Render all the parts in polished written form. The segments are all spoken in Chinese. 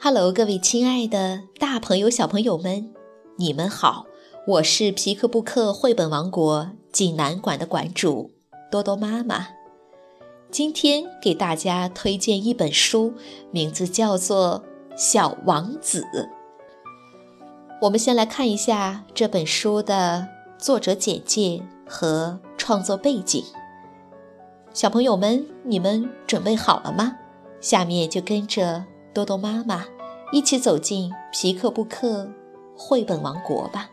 Hello， 各位亲爱的大朋友小朋友们，你们好，我是皮克布克绘本王国济南馆的馆主多多妈妈。今天给大家推荐一本书，名字叫做《小王子》。我们先来看一下这本书的作者简介和创作背景。小朋友们，你们准备好了吗？下面就跟着多多妈妈一起走进皮克布克绘本王国吧。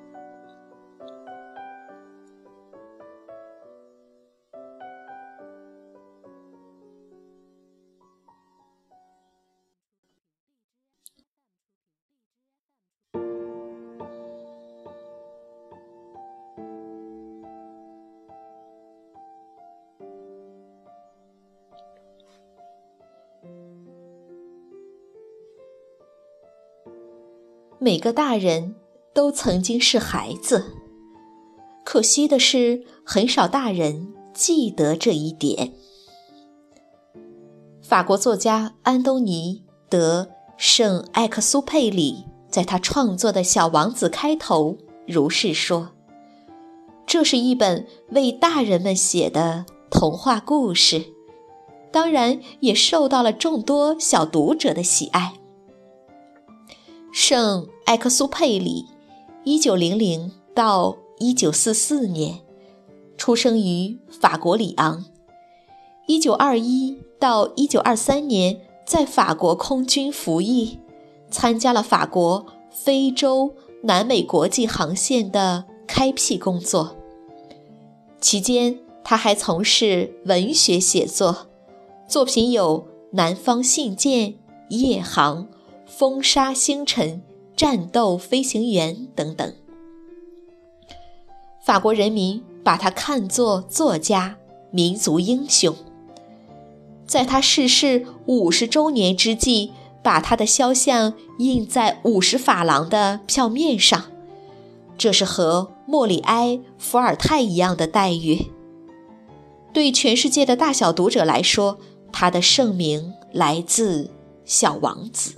每个大人都曾经是孩子，可惜的是，很少大人记得这一点。法国作家安东尼·德·圣埃克苏佩里在他创作的《小王子》开头如是说：这是一本为大人们写的童话故事，当然也受到了众多小读者的喜爱。圣埃克苏佩里1900到1944年出生于法国里昂，1921到1923年在法国空军服役，参加了法国、非洲、南美国际航线的开辟工作。期间他还从事文学写作，作品有《南方信件》、《夜航》、《风沙星辰》、《战斗飞行员》等等。法国人民把他看作作家、民族英雄，在他逝世50周年之际，把他的肖像印在50法郎的票面上，这是和莫里埃·伏尔泰一样的待遇。对全世界的大小读者来说，他的盛名来自《小王子》。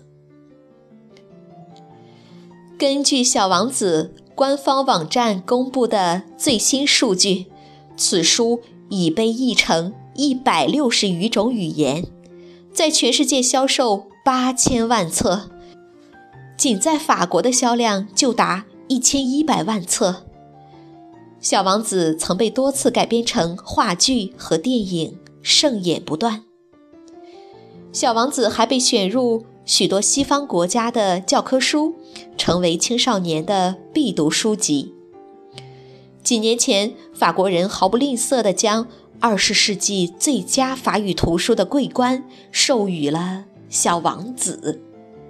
根据《小王子》官方网站公布的最新数据，此书已被译成160余种语言，在全世界销售8000万册，仅在法国的销量就达1100万册。小王子曾被多次改编成话剧和电影，盛演不断。小王子还被选入许多西方国家的教科书，成为青少年的必读书籍。几年前，法国人毫不吝啬地将20世纪最佳法语图书的桂冠授予了小王子。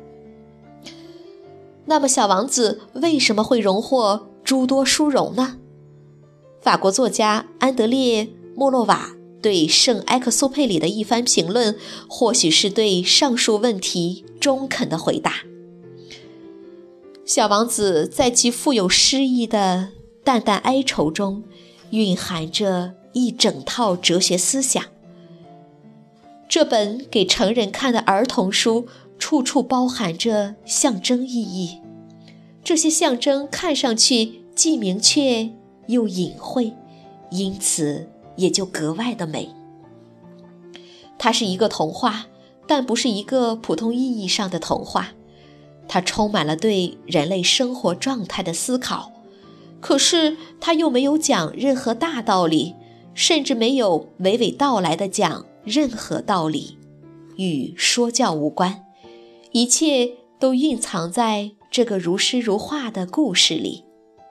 那么小王子为什么会荣获诸多殊荣呢？法国作家安德烈·莫洛瓦对圣埃克苏佩里的一番评论，或许是对上述问题中肯的回答。小王子在其富有诗意的淡淡哀愁中，蕴含着一整套哲学思想。这本给成人看的儿童书，处处包含着象征意义，这些象征看上去既明确又隐晦，因此也就格外的美。它是一个童话，但不是一个普通意义上的童话，它充满了对人类生活状态的思考，可是它又没有讲任何大道理，甚至没有娓娓道来地讲任何道理，与说教无关，一切都蕴藏在这个如诗如画的故事里。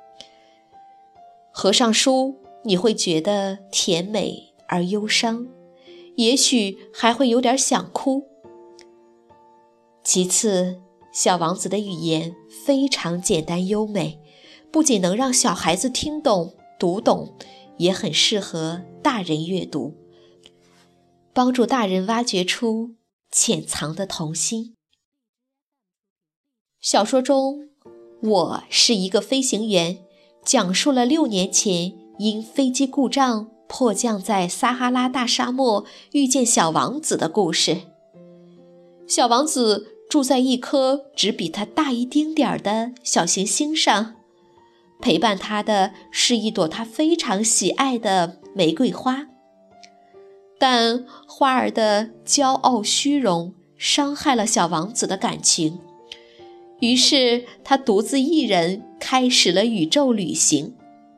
合上书，你会觉得甜美而忧伤，也许还会有点想哭。其次，小王子的语言非常简单优美，不仅能让小孩子听懂、读懂，也很适合大人阅读，帮助大人挖掘出潜藏的童心。小说中，我是一个飞行员，讲述了6年前因飞机故障迫降在撒哈拉大沙漠遇见小王子的故事。小王子住在一颗只比它大一丁点儿的小行星上，陪伴他的是一朵他非常喜爱的玫瑰花。但花儿的骄傲虚荣伤害了小王子的感情，于是他独自一人开始了宇宙旅行。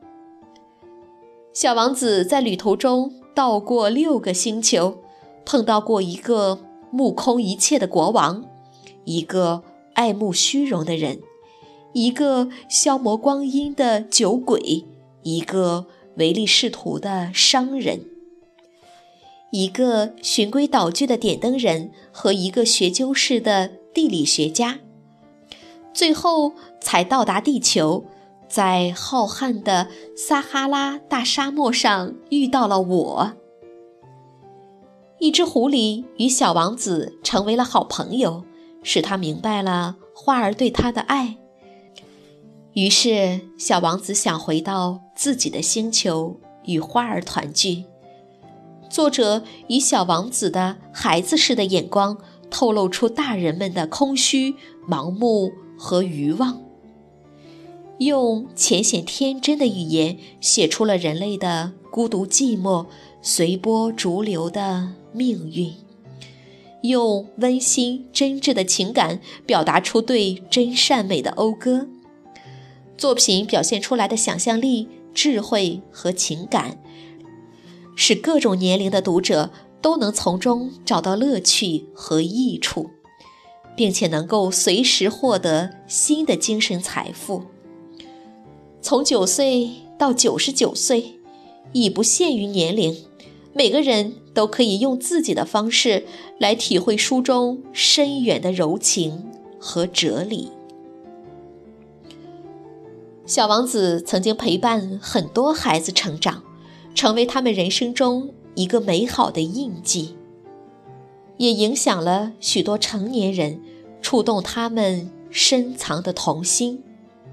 小王子在旅途中到过6个星球，碰到过一个目空一切的国王，一个爱慕虚荣的人，一个消磨光阴的酒鬼，一个唯利是图的商人，一个循规蹈矩的点灯人和一个学究式的地理学家，最后才到达地球，在浩瀚的撒哈拉大沙漠上遇到了我。一只狐狸与小王子成为了好朋友，使他明白了花儿对他的爱。于是小王子想回到自己的星球与花儿团聚。作者以小王子的孩子式的眼光透露出大人们的空虚、盲目和愚妄，用浅显天真的语言写出了人类的孤独寂寞、随波逐流的命运，用温馨真挚的情感表达出对真善美的讴歌。作品表现出来的想象力、智慧和情感，使各种年龄的读者都能从中找到乐趣和益处，并且能够随时获得新的精神财富。从9岁到99岁，已不限于年龄，每个人都可以用自己的方式来体会书中深远的柔情和哲理。小王子曾经陪伴很多孩子成长，成为他们人生中一个美好的印记，也影响了许多成年人，触动他们深藏的童心。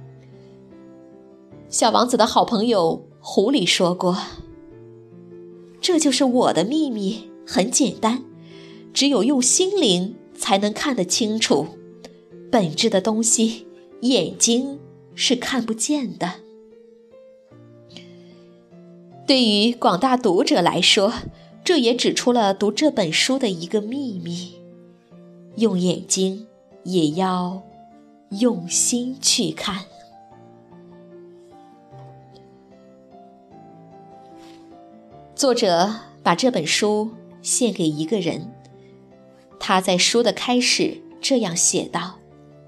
小王子的好朋友狐狸说过，这就是我的秘密，很简单，只有用心灵才能看得清楚，本质的东西眼睛是看不见的。对于广大读者来说，这也指出了读这本书的一个秘密，用眼睛也要用心去看。作者把这本书献给一个人，他在书的开始这样写道：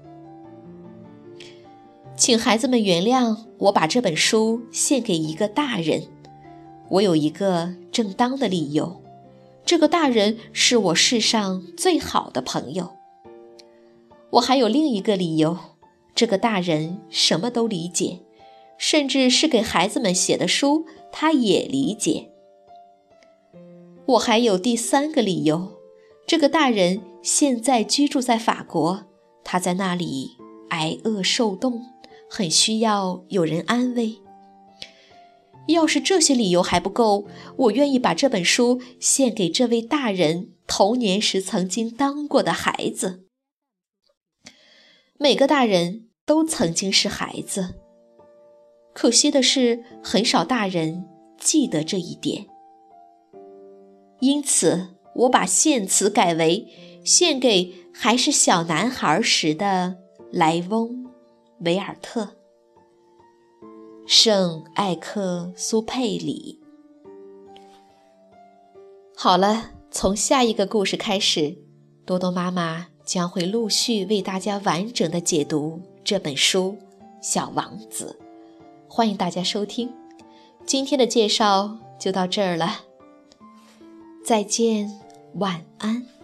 请孩子们原谅我把这本书献给一个大人，我有一个正当的理由，这个大人是我世上最好的朋友。我还有另一个理由，这个大人什么都理解，甚至是给孩子们写的书他也理解。我还有第3个理由，这个大人现在居住在法国，他在那里挨饿受冻，很需要有人安慰。要是这些理由还不够，我愿意把这本书献给这位大人童年时曾经当过的孩子。每个大人都曾经是孩子，可惜的是，很少大人记得这一点。因此，我把献词改为献给还是小男孩时的莱翁·维尔特。圣艾克苏佩里。好了，从下一个故事开始，多多妈妈将会陆续为大家完整的解读这本书《小王子》，欢迎大家收听。今天的介绍就到这儿了，再见，晚安。